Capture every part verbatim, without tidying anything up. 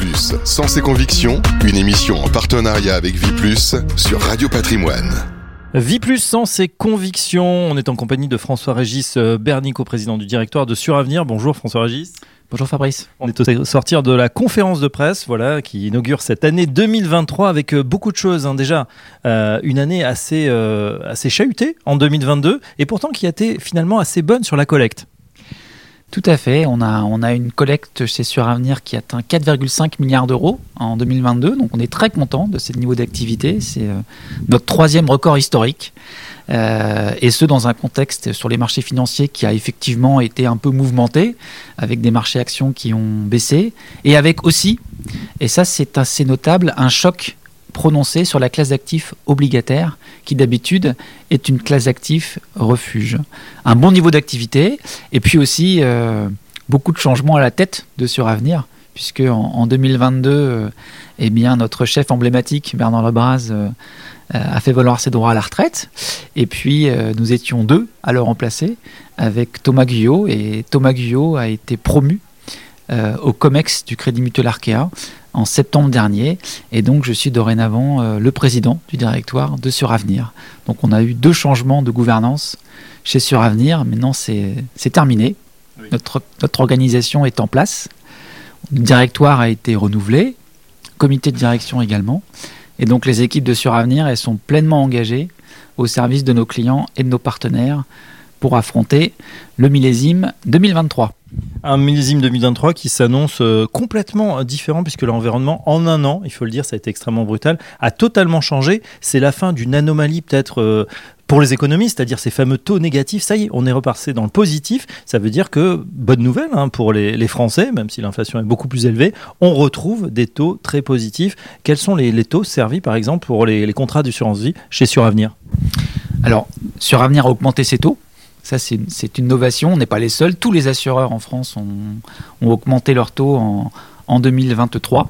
Plus, Sens et Convictions, une émission en partenariat avec Vie Plus sur Radio Patrimoine. Vie Plus, Sens et Convictions. On est en compagnie de François-Régis Bernicaud, président du directoire de Suravenir. Bonjour François-Régis. Bonjour Fabrice. On est au sortir de la conférence de presse, voilà, qui inaugure cette année deux mille vingt-trois avec beaucoup de choses. Hein. Déjà, euh, une année assez, euh, assez chahutée en deux mille vingt-deux et pourtant qui a été finalement assez bonne sur la collecte. Tout à fait. On a, on a une collecte chez Suravenir qui atteint quatre virgule cinq milliards d'euros en deux mille vingt-deux. Donc on est très content de ce niveau d'activité. C'est euh, notre troisième record historique. Euh, et ce, dans un contexte sur les marchés financiers qui a effectivement été un peu mouvementé, avec des marchés actions qui ont baissé, et avec aussi, et ça c'est assez notable, un choc prononcé sur la classe d'actifs obligataires, qui d'habitude est une classe d'actifs refuge. Un bon niveau d'activité, et puis aussi euh, beaucoup de changements à la tête de Suravenir, puisque en, en deux mille vingt-deux, euh, eh bien, notre chef emblématique, Bernard Lebras, euh, a fait valoir ses droits à la retraite. Et puis, euh, nous étions deux à le remplacer, avec Thomas Guyot, et Thomas Guyot a été promu euh, au COMEX du Crédit Mutuel Arkea en septembre dernier, et donc je suis dorénavant euh, le président du directoire de Suravenir. Donc on a eu deux changements de gouvernance chez Suravenir. Maintenant c'est, c'est terminé, oui. notre, notre organisation est en place, le directoire a été renouvelé, comité de direction également, et donc les équipes de Suravenir, elles sont pleinement engagées au service de nos clients et de nos partenaires pour affronter le millésime deux mille vingt-trois. Un millésime deux mille vingt-trois qui s'annonce euh, complètement différent puisque l'environnement, en un an, il faut le dire, ça a été extrêmement brutal, a totalement changé. C'est la fin d'une anomalie peut-être euh, pour les économistes, c'est-à-dire ces fameux taux négatifs. Ça y est, on est repassé dans le positif. Ça veut dire que, bonne nouvelle hein, pour les, les Français, même si l'inflation est beaucoup plus élevée, on retrouve des taux très positifs. Quels sont les, les taux servis par exemple pour les, les contrats d'assurance-vie chez Suravenir ? Alors, Suravenir a augmenté ses taux. Ça, c'est, c'est une novation. On n'est pas les seuls. Tous les assureurs en France ont, ont augmenté leurs taux en, en deux mille vingt-trois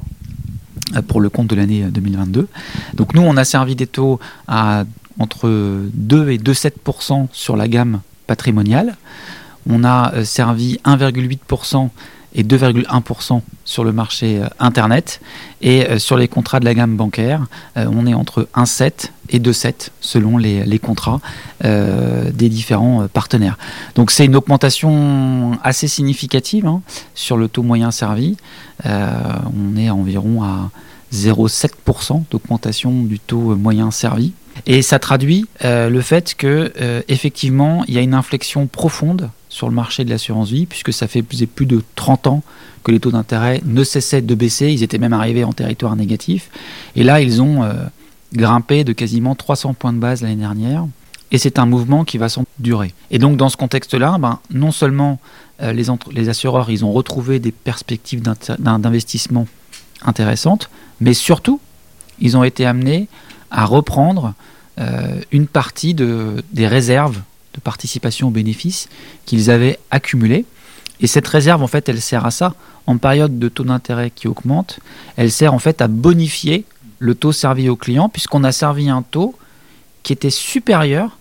pour le compte de l'année deux mille vingt-deux. Donc nous, on a servi des taux à entre deux et deux virgule sept pour cent sur la gamme patrimoniale. On a servi un virgule huit pour cent et deux virgule un pour cent sur le marché euh, Internet. Et euh, sur les contrats de la gamme bancaire, euh, on est entre un virgule sept et deux virgule sept selon les, les contrats euh, des différents euh, partenaires. Donc c'est une augmentation assez significative hein, sur le taux moyen servi. Euh, on est environ à zéro virgule sept pour cent d'augmentation du taux moyen servi. Et ça traduit euh, le fait que euh, effectivement, il y a une inflexion profonde sur le marché de l'assurance vie, puisque ça fait plus de trente ans que les taux d'intérêt ne cessaient de baisser. Ils étaient même arrivés en territoire négatif. Et là, ils ont euh, grimpé de quasiment trois cents points de base l'année dernière. Et c'est un mouvement qui va sans durer. Et donc, dans ce contexte-là, ben, non seulement euh, les, entre- les assureurs ils ont retrouvé des perspectives d'inter- d'investissement intéressantes, mais surtout, ils ont été amenés à reprendre euh, une partie de, des réserves de participation aux bénéfices qu'ils avaient accumulées. Et cette réserve, en fait, elle sert à ça. En période de taux d'intérêt qui augmente, elle sert en fait à bonifier le taux servi aux clients, puisqu'on a servi un taux qui était supérieur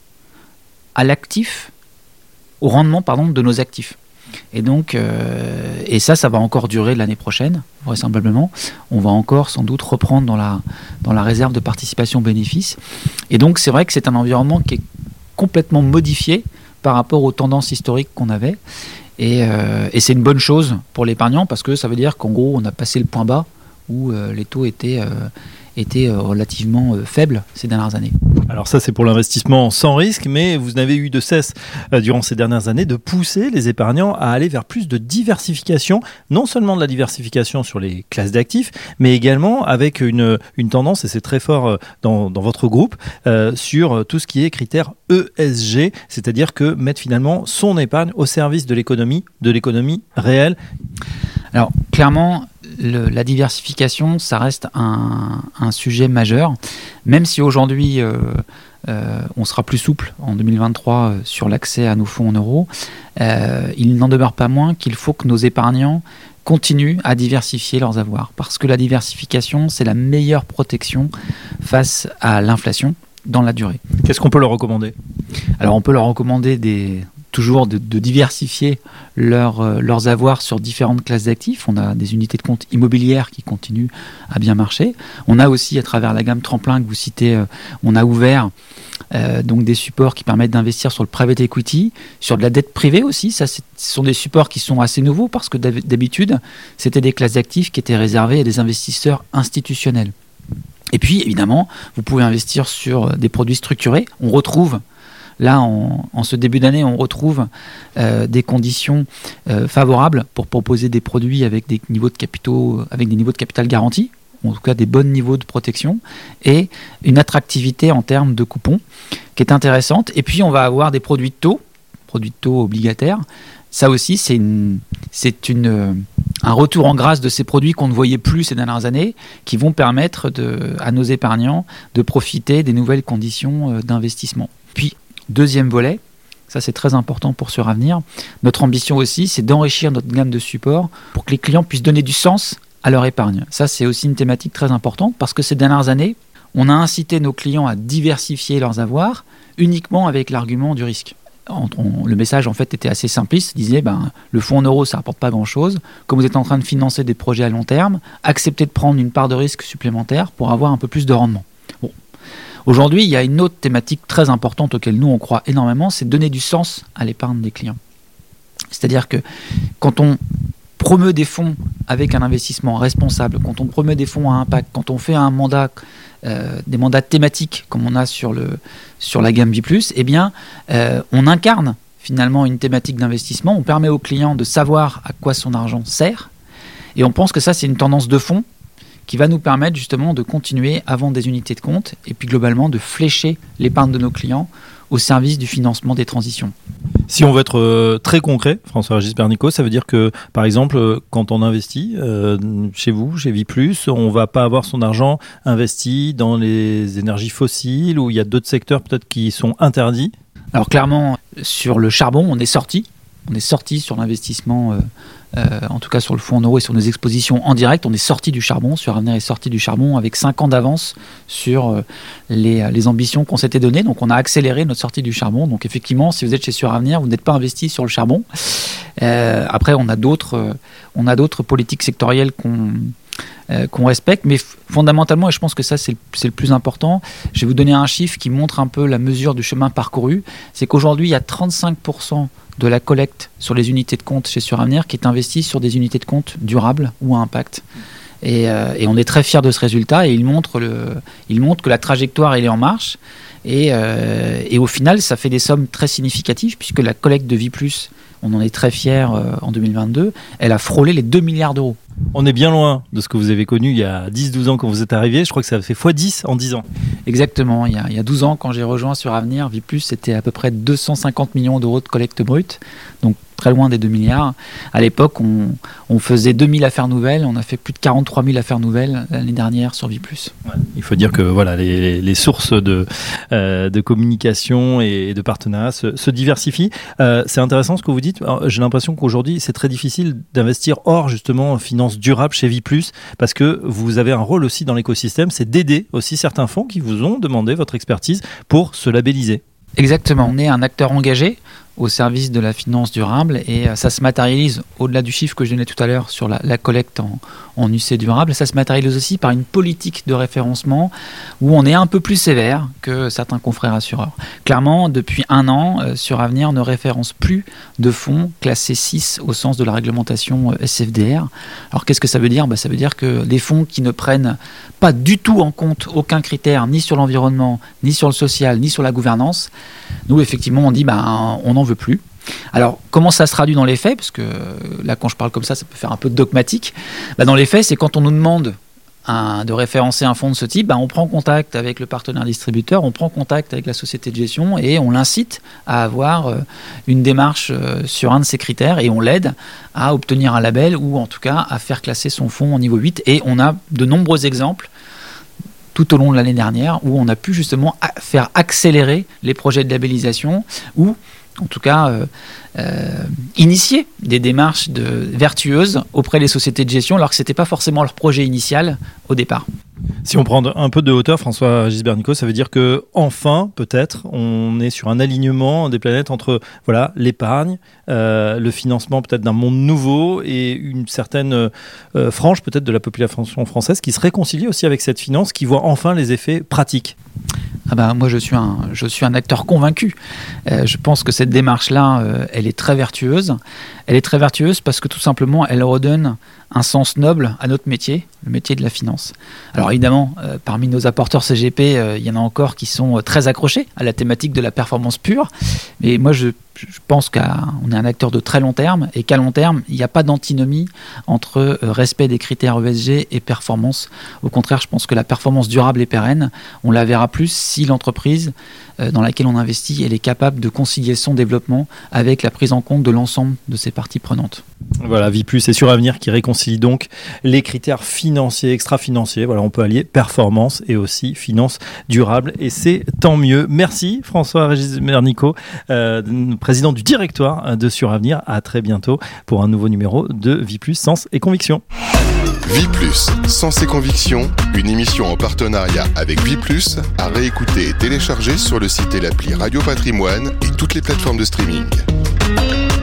à l'actif, au rendement pardon, de nos actifs. Et donc, euh, et ça, ça va encore durer l'année prochaine, vraisemblablement. On va encore sans doute reprendre dans la, dans la réserve de participation bénéfices. Et donc, c'est vrai que c'est un environnement qui est complètement modifié par rapport aux tendances historiques qu'on avait. Et, euh, et c'est une bonne chose pour l'épargnant parce que ça veut dire qu'en gros, on a passé le point bas où euh, les taux étaient, euh, étaient euh, relativement euh, faibles ces dernières années. Alors ça, c'est pour l'investissement sans risque, mais vous n'avez eu de cesse euh, durant ces dernières années de pousser les épargnants à aller vers plus de diversification, non seulement de la diversification sur les classes d'actifs, mais également avec une, une tendance, et c'est très fort euh, dans, dans votre groupe, euh, sur tout ce qui est critères E S G, c'est-à-dire que mettre finalement son épargne au service de l'économie, de l'économie réelle. Alors clairement, le, la diversification, ça reste un, un sujet majeur, même si aujourd'hui euh, euh, on sera plus souple en deux mille vingt-trois euh, sur l'accès à nos fonds en euros, euh, il n'en demeure pas moins qu'il faut que nos épargnants continuent à diversifier leurs avoirs, parce que la diversification, c'est la meilleure protection face à l'inflation dans la durée. Qu'est-ce qu'on peut leur recommander ? Alors on peut leur recommander des toujours de, de diversifier leur, euh, leurs avoirs sur différentes classes d'actifs. On a des unités de compte immobilières qui continuent à bien marcher. On a aussi, à travers la gamme Tremplin que vous citez, euh, on a ouvert euh, donc des supports qui permettent d'investir sur le private equity, sur de la dette privée aussi. Ça, ce sont des supports qui sont assez nouveaux parce que d'habitude, c'était des classes d'actifs qui étaient réservées à des investisseurs institutionnels. Et puis, évidemment, vous pouvez investir sur des produits structurés. On retrouve Là, en, en ce début d'année, on retrouve euh, des conditions euh, favorables pour proposer des produits avec des niveaux de capitaux, avec des niveaux de capital garantis, ou en tout cas des bons niveaux de protection, et une attractivité en termes de coupons qui est intéressante. Et puis, on va avoir des produits de taux, produits de taux obligataires. Ça aussi, c'est, une, c'est une, un retour en grâce de ces produits qu'on ne voyait plus ces dernières années, qui vont permettre de, à nos épargnants de profiter des nouvelles conditions d'investissement. Puis, deuxième volet, ça c'est très important pour Suravenir, notre ambition aussi c'est d'enrichir notre gamme de supports pour que les clients puissent donner du sens à leur épargne. Ça c'est aussi une thématique très importante parce que ces dernières années, on a incité nos clients à diversifier leurs avoirs uniquement avec l'argument du risque. On, on, le message en fait était assez simpliste, il disait ben, le fonds en euros ça rapporte pas grand chose, comme vous êtes en train de financer des projets à long terme, acceptez de prendre une part de risque supplémentaire pour avoir un peu plus de rendement. Bon. Aujourd'hui, il y a une autre thématique très importante auquel nous on croit énormément, c'est donner du sens à l'épargne des clients. C'est-à-dire que quand on promeut des fonds avec un investissement responsable, quand on promeut des fonds à impact, quand on fait un mandat, euh, des mandats thématiques comme on a sur, le, sur la gamme Vie plus, eh bien, euh, on incarne finalement une thématique d'investissement, on permet aux clients de savoir à quoi son argent sert, et on pense que ça c'est une tendance de fond qui va nous permettre justement de continuer à vendre des unités de compte et puis globalement de flécher l'épargne de nos clients au service du financement des transitions. Si on veut être euh, très concret, François-Régis Bernicot, ça veut dire que, par exemple, euh, quand on investit euh, chez vous, chez Vie plus, on ne va pas avoir son argent investi dans les énergies fossiles ou il y a d'autres secteurs peut-être qui sont interdits. Alors clairement, sur le charbon, on est sorti. On est sorti sur l'investissement, euh, euh, en tout cas sur le fonds en euros et sur nos expositions en direct. On est sorti du charbon, Suravenir est sorti du charbon avec cinq ans d'avance sur euh, les, les ambitions qu'on s'était données. Donc on a accéléré notre sortie du charbon. Donc effectivement, si vous êtes chez Suravenir, vous n'êtes pas investi sur le charbon. Euh, après, on a d'autres, euh, on a d'autres politiques sectorielles qu'on... Euh, qu'on respecte, mais f- fondamentalement, et je pense que ça c'est le, c'est le plus important, je vais vous donner un chiffre qui montre un peu la mesure du chemin parcouru, c'est qu'aujourd'hui il y a trente-cinq pour cent de la collecte sur les unités de compte chez Suravenir qui est investie sur des unités de compte durables ou à impact. Et, euh, et on est très fiers de ce résultat et il montre, le, il montre que la trajectoire elle est en marche et, euh, et au final ça fait des sommes très significatives puisque la collecte de Vie plus, on en est très fiers euh, en deux mille vingt-deux, elle a frôlé les deux milliards d'euros. On est bien loin de ce que vous avez connu il y a dix douze ans quand vous êtes arrivé. Je crois que ça a fait fois dix en dix ans. Exactement. Il y a, il y a douze ans, quand j'ai rejoint Suravenir, Vie plus, c'était à peu près deux cent cinquante millions d'euros de collecte brute. Donc très loin des deux milliards. À l'époque, on, on faisait deux mille affaires nouvelles. On a fait plus de quarante-trois mille affaires nouvelles l'année dernière sur Vie plus. Ouais. Il faut dire que voilà, les, les sources de, euh, de communication et de partenariat se, se diversifient. Euh, c'est intéressant ce que vous dites. Alors, j'ai l'impression qu'aujourd'hui, c'est très difficile d'investir hors justement finance durable chez Vie plus parce que vous avez un rôle aussi dans l'écosystème, c'est d'aider aussi certains fonds qui vous ont demandé votre expertise pour se labelliser. Exactement. On est un acteur engagé au service de la finance durable et ça se matérialise au-delà du chiffre que je donnais tout à l'heure sur la, la collecte en, en U C durable, ça se matérialise aussi par une politique de référencement où on est un peu plus sévère que certains confrères assureurs. Clairement, depuis un an, euh, Suravenir ne référence plus de fonds classés six au sens de la réglementation S F D R. Alors qu'est-ce que ça veut dire ? Bah, ça veut dire que les fonds qui ne prennent pas du tout en compte aucun critère, ni sur l'environnement, ni sur le social, ni sur la gouvernance, nous effectivement on dit bah, on n'en veut plus. Alors, comment ça se traduit dans les faits ? Parce que là, quand je parle comme ça, ça peut faire un peu dogmatique. Bah, dans les faits, c'est quand on nous demande un, de référencer un fonds de ce type, bah, on prend contact avec le partenaire distributeur, on prend contact avec la société de gestion et on l'incite à avoir euh, une démarche euh, sur un de ces critères et on l'aide à obtenir un label ou en tout cas à faire classer son fonds au niveau huit. Et on a de nombreux exemples tout au long de l'année dernière où on a pu justement faire accélérer les projets de labellisation ou en tout cas, euh, euh, initier des démarches de, vertueuses auprès des sociétés de gestion, alors que ce n'était pas forcément leur projet initial au départ. Si on prend un peu de hauteur, François-Régis Bernicot, ça veut dire que enfin, peut-être, on est sur un alignement des planètes entre voilà l'épargne, euh, le financement peut-être d'un monde nouveau et une certaine euh, frange peut-être de la population française qui se réconcilie aussi avec cette finance, qui voit enfin les effets pratiques. Ah ben, moi, je suis un, je suis un acteur convaincu. Euh, je pense que cette démarche-là, euh, elle est très vertueuse. Elle est très vertueuse parce que tout simplement, elle redonne un sens noble à notre métier, le métier de la finance. Alors évidemment, euh, parmi nos apporteurs C G P, euh, il y en a encore qui sont euh, très accrochés à la thématique de la performance pure. Mais moi, je, je pense qu'on est un acteur de très long terme et qu'à long terme, il n'y a pas d'antinomie entre euh, respect des critères E S G et performance. Au contraire, je pense que la performance durable et pérenne, on la verra plus si l'entreprise euh, dans laquelle on investit, elle est capable de concilier son développement avec la prise en compte de l'ensemble de ses parties prenantes. Voilà, Viplus et Suravenir qui réconcilie donc les critères financiers, extra-financiers. Voilà, on peut allier performance et aussi finance durable et c'est tant mieux. Merci François-Régis Bernicot, euh, président du directoire de Suravenir. À très bientôt pour un nouveau numéro de Viplus, Sens et Conviction. Viplus, Sens et Conviction, une émission en partenariat avec Viplus, à réécouter et télécharger sur le site et l'appli Radio Patrimoine et toutes les plateformes de streaming.